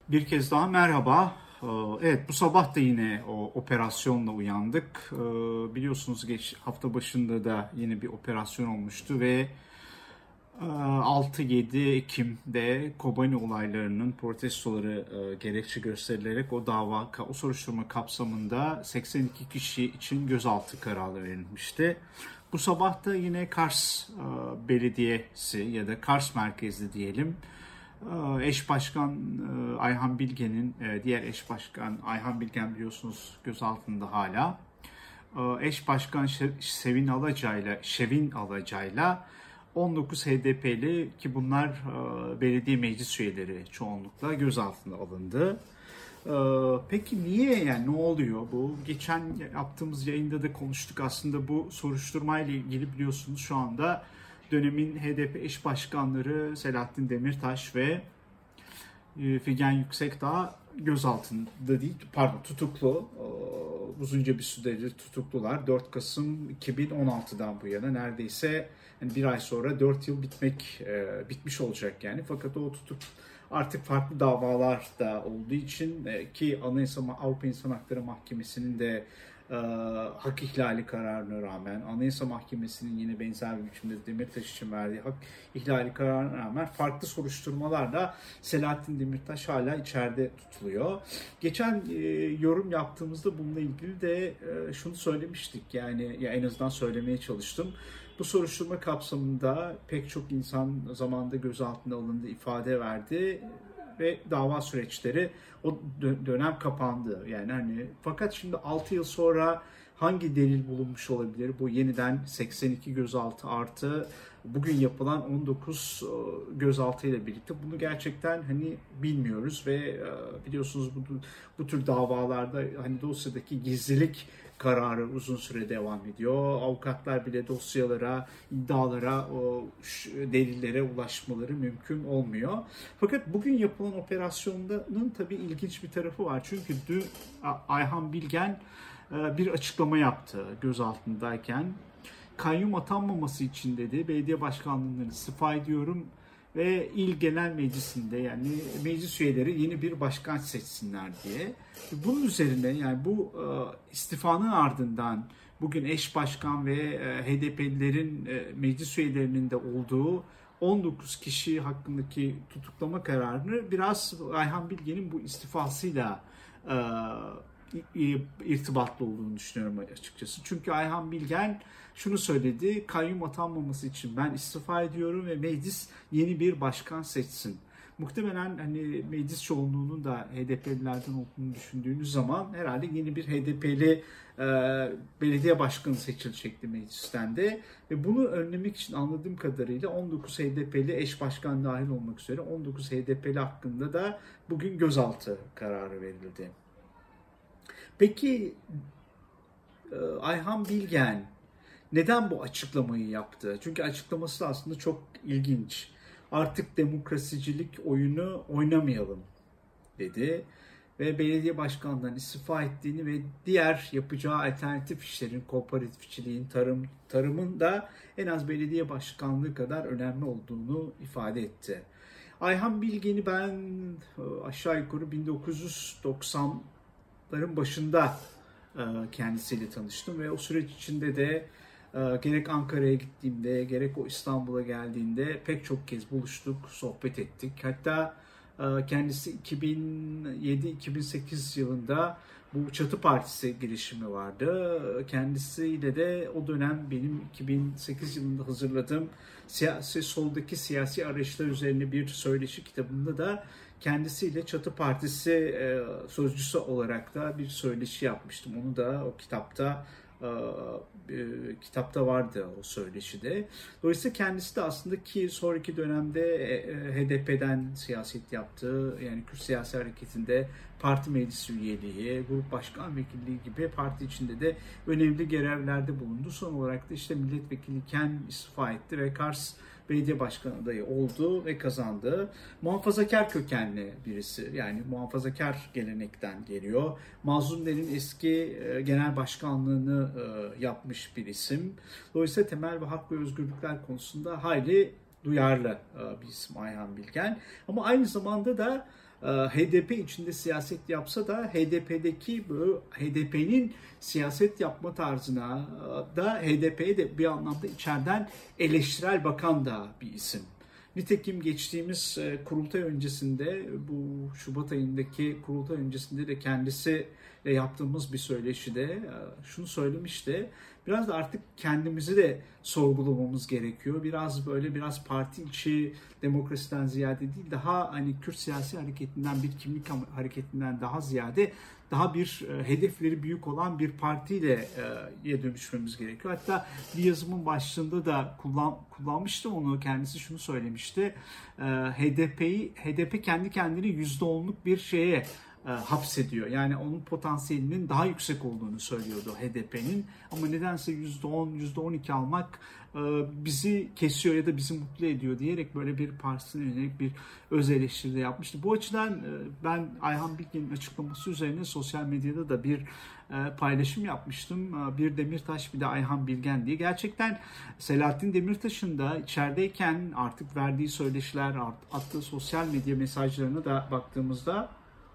Bir kez daha merhaba. Evet, bu sabah da yine o operasyonla uyandık. Biliyorsunuz hafta başında da yine bir operasyon olmuştu ve 6-7 Ekim'de Kobani olaylarının protestoları gerekçe gösterilerek o soruşturma kapsamında 82 kişi için gözaltı kararı verilmişti. Bu sabah da yine Kars Belediyesi ya da Kars merkezli diyelim, eş başkan Ayhan Bilgen'in, diğer eş başkan Ayhan Bilgen biliyorsunuz gözaltında hala. Eş başkan Şevin Alacay'la 19 HDP'li ki bunlar belediye meclis üyeleri çoğunlukla gözaltına alındı. Peki niye, yani ne oluyor bu? Geçen yaptığımız yayında da konuştuk aslında bu soruşturmayla ilgili. Biliyorsunuz şu anda dönemin HDP eş başkanları Selahattin Demirtaş ve Figen Yüksekdağ gözaltında değil, tutuklu. Uzunca bir süredir tutuklular. 4 Kasım 2016'dan bu yana neredeyse yani bir ay sonra 4 yıl bitmiş olacak yani. Fakat o tutuk artık farklı davalar da olduğu için ki Avrupa İnsan Hakları Mahkemesi'nin de hak ihlali kararına rağmen, Anayasa Mahkemesi'nin yine benzer bir biçimde Demirtaş için verdiği hak ihlali kararına rağmen farklı soruşturmalarla Selahattin Demirtaş hala içeride tutuluyor. Geçen yorum yaptığımızda bununla ilgili de şunu söylemiştik, yani ya en azından söylemeye çalıştım. Bu soruşturma kapsamında pek çok insan zamanında gözaltına alındı, ifade verdi ve dava süreçleri o dönem kapandı. Yani fakat şimdi 6 yıl sonra hangi delil bulunmuş olabilir? Bu yeniden 82 gözaltı artı bugün yapılan 19 gözaltı ile birlikte bunu gerçekten bilmiyoruz ve biliyorsunuz bu tür davalarda dosyadaki gizlilik kararı uzun süre devam ediyor. Avukatlar bile dosyalara, iddialara, delillere ulaşmaları mümkün olmuyor. Fakat bugün yapılan operasyonun tabii ilginç bir tarafı var. Çünkü dün Ayhan Bilgen bir açıklama yaptı gözaltındayken. Kayyum atanmaması için dedi, belediye başkanlığından istifa ediyorum ve il genel meclisinde, yani meclis üyeleri yeni bir başkan seçsinler diye. Bunun üzerine, yani bu istifanın ardından bugün eş başkan ve HDP'lilerin meclis üyelerinin de olduğu 19 kişi hakkındaki tutuklama kararını biraz Ayhan Bilgen'in bu istifasıyla irtibatlı olduğunu düşünüyorum açıkçası. Çünkü Ayhan Bilgen şunu söyledi: kayyum atanmaması için ben istifa ediyorum ve meclis yeni bir başkan seçsin. Muhtemelen meclis çoğunluğunun da HDP'lilerden olduğunu düşündüğünüz zaman herhalde yeni bir HDP'li belediye başkanı seçilecekti meclisten de. Ve bunu önlemek için anladığım kadarıyla 19 HDP'li eş başkan dahil olmak üzere 19 HDP'li hakkında da bugün gözaltı kararı verildi. Peki Ayhan Bilgen neden bu açıklamayı yaptı? Çünkü açıklaması da aslında çok ilginç. Artık demokrasicilik oyunu oynamayalım dedi ve belediye başkanlığından istifa ettiğini ve diğer yapacağı alternatif işlerin, kooperatifçiliğin, tarımın da en az belediye başkanlığı kadar önemli olduğunu ifade etti. Ayhan Bilgen'i ben aşağı yukarı 1990'ların başında kendisiyle tanıştım ve o süreç içinde de gerek Ankara'ya gittiğimde gerek o İstanbul'a geldiğinde pek çok kez buluştuk, sohbet ettik. Hatta kendisi 2007-2008 yılında bu Çatı Partisi girişimi vardı. Kendisiyle de o dönem benim 2008 yılında hazırladığım soldaki siyasi arayışlar üzerine bir söyleşi kitabında da kendisiyle Çatı Partisi sözcüsü olarak da bir söyleşi yapmıştım. Onu da o kitapta vardı, o söyleşide. Dolayısıyla kendisi de aslında ki sonraki dönemde HDP'den siyaset yaptı. Yani Kürt Siyasi Hareketi'nde parti meclis üyeliği, grup başkan vekilliği gibi parti içinde de önemli görevlerde bulundu. Son olarak da işte milletvekiliyken istifa etti ve Kars belediye başkanı adayı oldu ve kazandı. Muhafazakar kökenli birisi, yani muhafazakar gelenekten geliyor. Mazlumların eski genel başkanlığını yapmış bir isim. Dolayısıyla temel ve hak ve özgürlükler konusunda hayli duyarlı bir isim Ayhan Bilgen. Ama aynı zamanda da HDP içinde siyaset yapsa da HDP'nin siyaset yapma tarzına da HDP'ye de bir anlamda içeriden eleştirel bakan da bir isim. Nitekim geçtiğimiz kurultay öncesinde, bu Şubat ayındaki kurultay öncesinde de kendisiyle yaptığımız bir söyleşide şunu söylemişti. Biraz da artık kendimizi de sorgulamamız gerekiyor. Biraz parti içi demokrasiden ziyade değil, daha hani Kürt siyasi hareketinden, bir kimlik hareketinden daha ziyade daha bir hedefleri büyük olan bir partiyle dönüşmemiz gerekiyor. Hatta bir yazımın başlığında da kullanmıştım onu. Kendisi şunu söylemişti. HDP kendi kendini %10'luk bir şeye hapsediyor. Yani onun potansiyelinin daha yüksek olduğunu söylüyordu HDP'nin. Ama nedense %10, %12 almak bizi kesiyor ya da bizi mutlu ediyor diyerek böyle bir partisine yönelik bir öz eleştiri yapmıştı. Bu açıdan ben Ayhan Bilgen'in açıklaması üzerine sosyal medyada da bir paylaşım yapmıştım. Bir Demirtaş bir de Ayhan Bilgen diye. Gerçekten Selahattin Demirtaş'ın da içerideyken artık verdiği söyleşiler, attığı sosyal medya mesajlarına da baktığımızda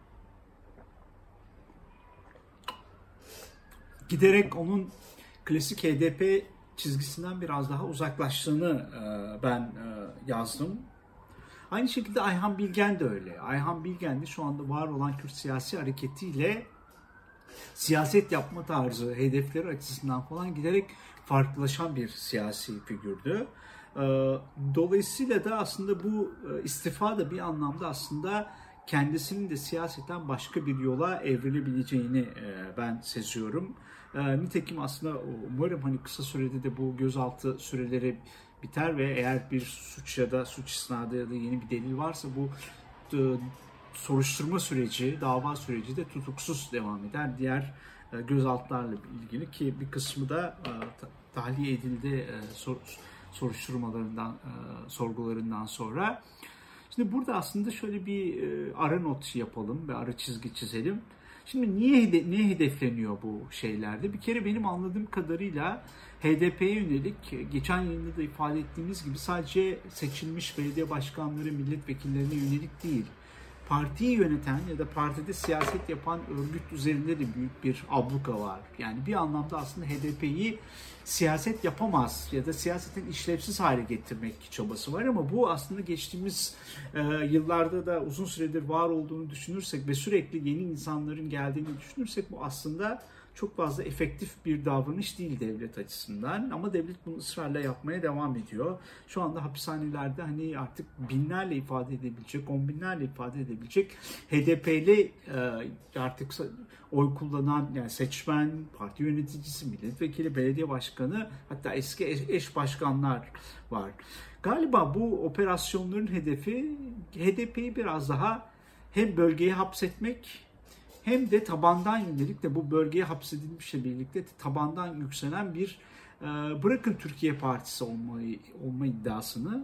giderek onun klasik HDP çizgisinden biraz daha uzaklaştığını ben yazdım. Aynı şekilde Ayhan Bilgen de öyle. Ayhan Bilgen de şu anda var olan Kürt siyasi hareketiyle siyaset yapma tarzı, hedefleri açısından falan giderek farklılaşan bir siyasi figürdü. Dolayısıyla da aslında bu istifa da bir anlamda aslında kendisinin de siyaseten başka bir yola evrilebileceğini ben seziyorum. Nitekim aslında umarım hani kısa sürede de bu gözaltı süreleri biter ve eğer bir suç ya da suç isnadı ya da yeni bir delil varsa bu soruşturma süreci, dava süreci de tutuksuz devam eder. Diğer gözaltılarla ilgili ki bir kısmı da tahliye edildi soruşturmalarından, sorgularından sonra. Şimdi burada aslında şöyle bir ara not yapalım ve ara çizgi çizelim. Şimdi niye hedefleniyor bu şeylerde? Bir kere benim anladığım kadarıyla HDP'ye yönelik geçen yayında da ifade ettiğimiz gibi sadece seçilmiş belediye başkanları, milletvekillerine yönelik değil. Partiyi yöneten ya da partide siyaset yapan örgüt üzerinde de büyük bir abluka var. Yani bir anlamda aslında HDP'yi siyaset yapamaz ya da siyasetin işlevsiz hale getirmek çabası var ama bu aslında geçtiğimiz yıllarda da uzun süredir var olduğunu düşünürsek ve sürekli yeni insanların geldiğini düşünürsek bu aslında çok fazla efektif bir davranış değil devlet açısından ama devlet bunu ısrarla yapmaya devam ediyor. Şu anda hapishanelerde hani artık binlerle ifade edebilecek, 10 binlerle ifade edebilecek HDP'li artık oy kullanan yani seçmen, parti yöneticisi, milletvekili, belediye başkanı hatta eski eş başkanlar var. Galiba bu operasyonların hedefi HDP'yi biraz daha hem bölgeye hapsetmek hem de tabandan yönelik de bu bölgeye hapsedilmişle birlikte tabandan yükselen bir bırakın Türkiye Partisi olma iddiasını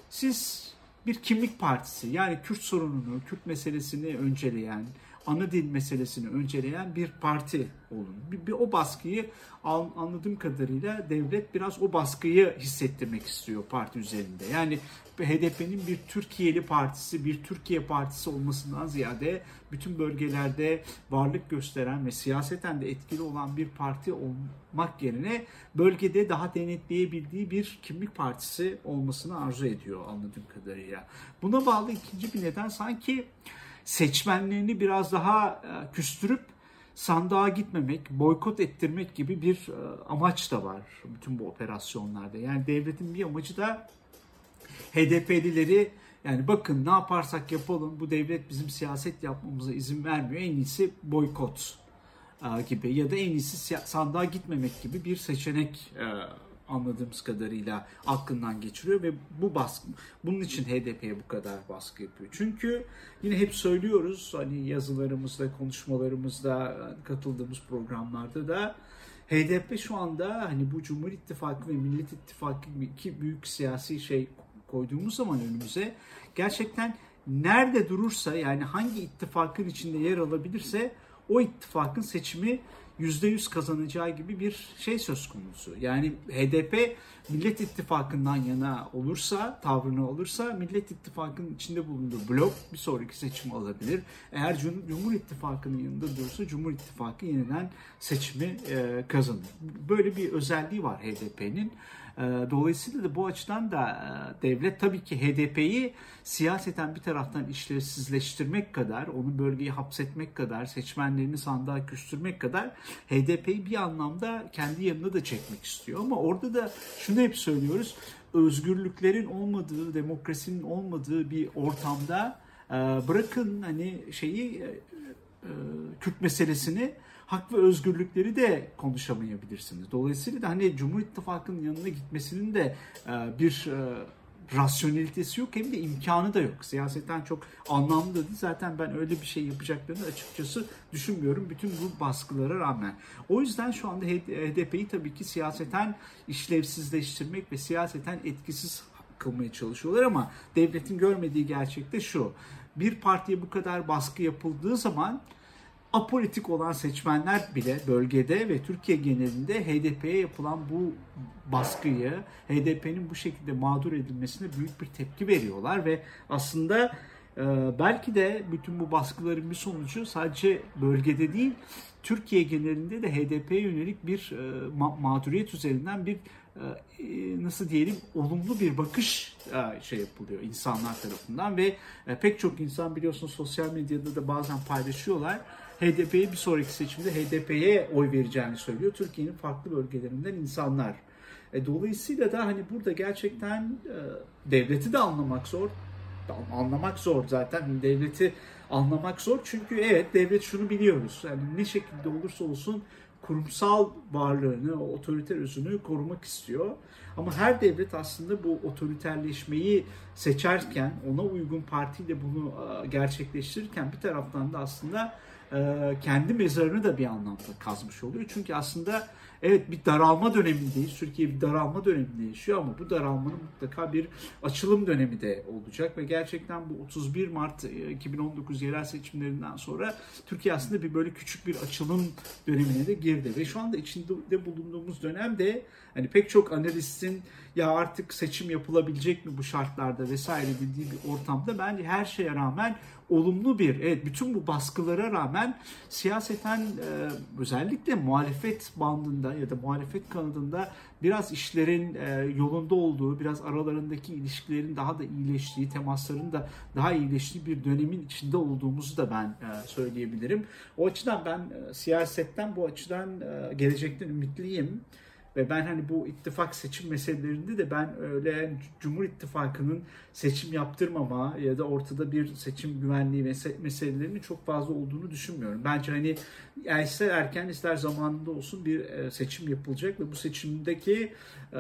siz bir kimlik partisi yani Kürt sorununu, Kürt meselesini önceleyen, ana dil meselesini önceleyen bir parti olun. Bir o baskıyı anladığım kadarıyla devlet biraz o baskıyı hissettirmek istiyor parti üzerinde. Yani HDP'nin bir Türkiye'li partisi, bir Türkiye partisi olmasından ziyade bütün bölgelerde varlık gösteren ve siyaseten de etkili olan bir parti olmak yerine bölgede daha denetleyebildiği bir kimlik partisi olmasını arzu ediyor anladığım kadarıyla. Buna bağlı ikinci bir neden sanki seçmenlerini biraz daha küstürüp sandığa gitmemek, boykot ettirmek gibi bir amaç da var bütün bu operasyonlarda. Yani devletin bir amacı da HDP'lileri yani bakın ne yaparsak yapalım bu devlet bizim siyaset yapmamıza izin vermiyor. En iyisi boykot gibi ya da en iyisi sandığa gitmemek gibi bir seçenek anladığımız kadarıyla aklından geçiriyor ve bunun için HDP'ye bu kadar baskı yapıyor. Çünkü yine hep söylüyoruz hani yazılarımızda, konuşmalarımızda, katıldığımız programlarda da HDP şu anda hani bu Cumhur İttifakı ve Millet İttifakı iki büyük siyasi koyduğumuz zaman önümüze gerçekten nerede durursa yani hangi ittifakın içinde yer alabilirse o ittifakın seçimi %100 kazanacağı gibi bir şey söz konusu. Yani HDP Millet İttifakı'ndan yana olursa, tavrını alırsa Millet İttifakı'nın içinde bulunduğu blok bir sonraki seçimi alabilir. Eğer Cumhur İttifakı'nın yanında durursa Cumhur İttifakı yeniden seçimi kazanır. Böyle bir özelliği var HDP'nin. Dolayısıyla da bu açıdan da devlet tabii ki HDP'yi siyaseten bir taraftan işlevsizleştirmek kadar, onu bölgeye hapsetmek kadar, seçmenlerini sandığa küstürmek kadar HDP'yi bir anlamda kendi yanına da çekmek istiyor. Ama orada da şunu hep söylüyoruz, özgürlüklerin olmadığı, demokrasinin olmadığı bir ortamda bırakın hani Kürt meselesini, hak ve özgürlükleri de konuşamayabilirsiniz. Dolayısıyla da hani Cumhur İttifakı'nın yanına gitmesinin de bir rasyonelitesi yok, hem de imkanı da yok. Siyaseten çok anlamlı değil. Zaten ben öyle bir şey yapacaklarını açıkçası düşünmüyorum bütün bu baskılara rağmen. O yüzden şu anda HDP'yi tabii ki siyaseten işlevsizleştirmek ve siyaseten etkisiz kılmaya çalışıyorlar ama devletin görmediği gerçek de şu: bir partiye bu kadar baskı yapıldığı zaman apolitik olan seçmenler bile bölgede ve Türkiye genelinde HDP'ye yapılan bu baskıyı, HDP'nin bu şekilde mağdur edilmesine büyük bir tepki veriyorlar ve aslında belki de bütün bu baskıların bir sonucu sadece bölgede değil, Türkiye genelinde de HDP'ye yönelik bir mağduriyet üzerinden bir nasıl diyelim, olumlu bir bakış yapılıyor insanlar tarafından ve pek çok insan biliyorsunuz sosyal medyada da bazen paylaşıyorlar. HDP'ye bir sonraki seçimde HDP'ye oy vereceğini söylüyor Türkiye'nin farklı bölgelerinden insanlar. Dolayısıyla da hani burada gerçekten devleti de anlamak zor. Anlamak zor zaten. Devleti anlamak zor çünkü evet, devlet şunu biliyoruz. Yani ne şekilde olursa olsun kurumsal varlığını, o otoriter özünü korumak istiyor. Ama her devlet aslında bu otoriterleşmeyi seçerken, ona uygun partiyle bunu gerçekleştirirken bir taraftan da aslında kendi mezarını da bir anlamda kazmış oluyor. Çünkü aslında evet, bir daralma dönemindeyiz. Türkiye bir daralma döneminde yaşıyor ama bu daralmanın mutlaka bir açılım dönemi de olacak ve gerçekten bu 31 Mart 2019 yerel seçimlerinden sonra Türkiye aslında bir böyle küçük bir açılım dönemine de girdi ve şu anda içinde bulunduğumuz dönemde hani pek çok analistin ya artık seçim yapılabilecek mi bu şartlarda vesaire dediği bir ortamda bence her şeye rağmen olumlu bir, evet, bütün bu baskılara rağmen siyaseten özellikle muhalefet bandında ya da muhalefet kanadında biraz işlerin yolunda olduğu, biraz aralarındaki ilişkilerin daha da iyileştiği, temasların da daha iyileştiği bir dönemin içinde olduğumuzu da ben söyleyebilirim. O açıdan ben siyasetten, bu açıdan gelecekten ümitliyim. Ve ben hani bu ittifak seçim meselelerinde de ben öyle Cumhur İttifakı'nın seçim yaptırmama ya da ortada bir seçim güvenliği meselelerinin çok fazla olduğunu düşünmüyorum. Bence hani ister erken ister zamanında olsun bir seçim yapılacak ve bu seçimdeki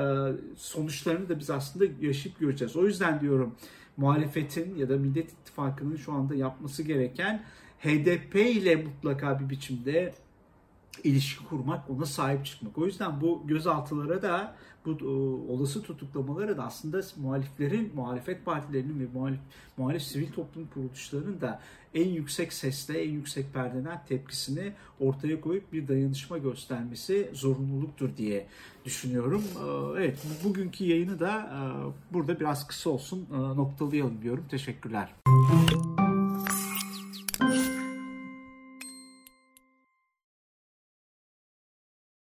sonuçlarını da biz aslında yaşayıp göreceğiz. O yüzden diyorum, muhalefetin ya da Millet İttifakı'nın şu anda yapması gereken HDP ile mutlaka bir biçimde ilişki kurmak, ona sahip çıkmak. O yüzden bu gözaltılara da, bu olası tutuklamalara da aslında muhalefet partilerinin ve muhalif sivil toplum kuruluşlarının da en yüksek sesle, en yüksek perdeden tepkisini ortaya koyup bir dayanışma göstermesi zorunluluktur diye düşünüyorum. Evet, bugünkü yayını da burada biraz kısa olsun noktalayalım diyorum. Teşekkürler.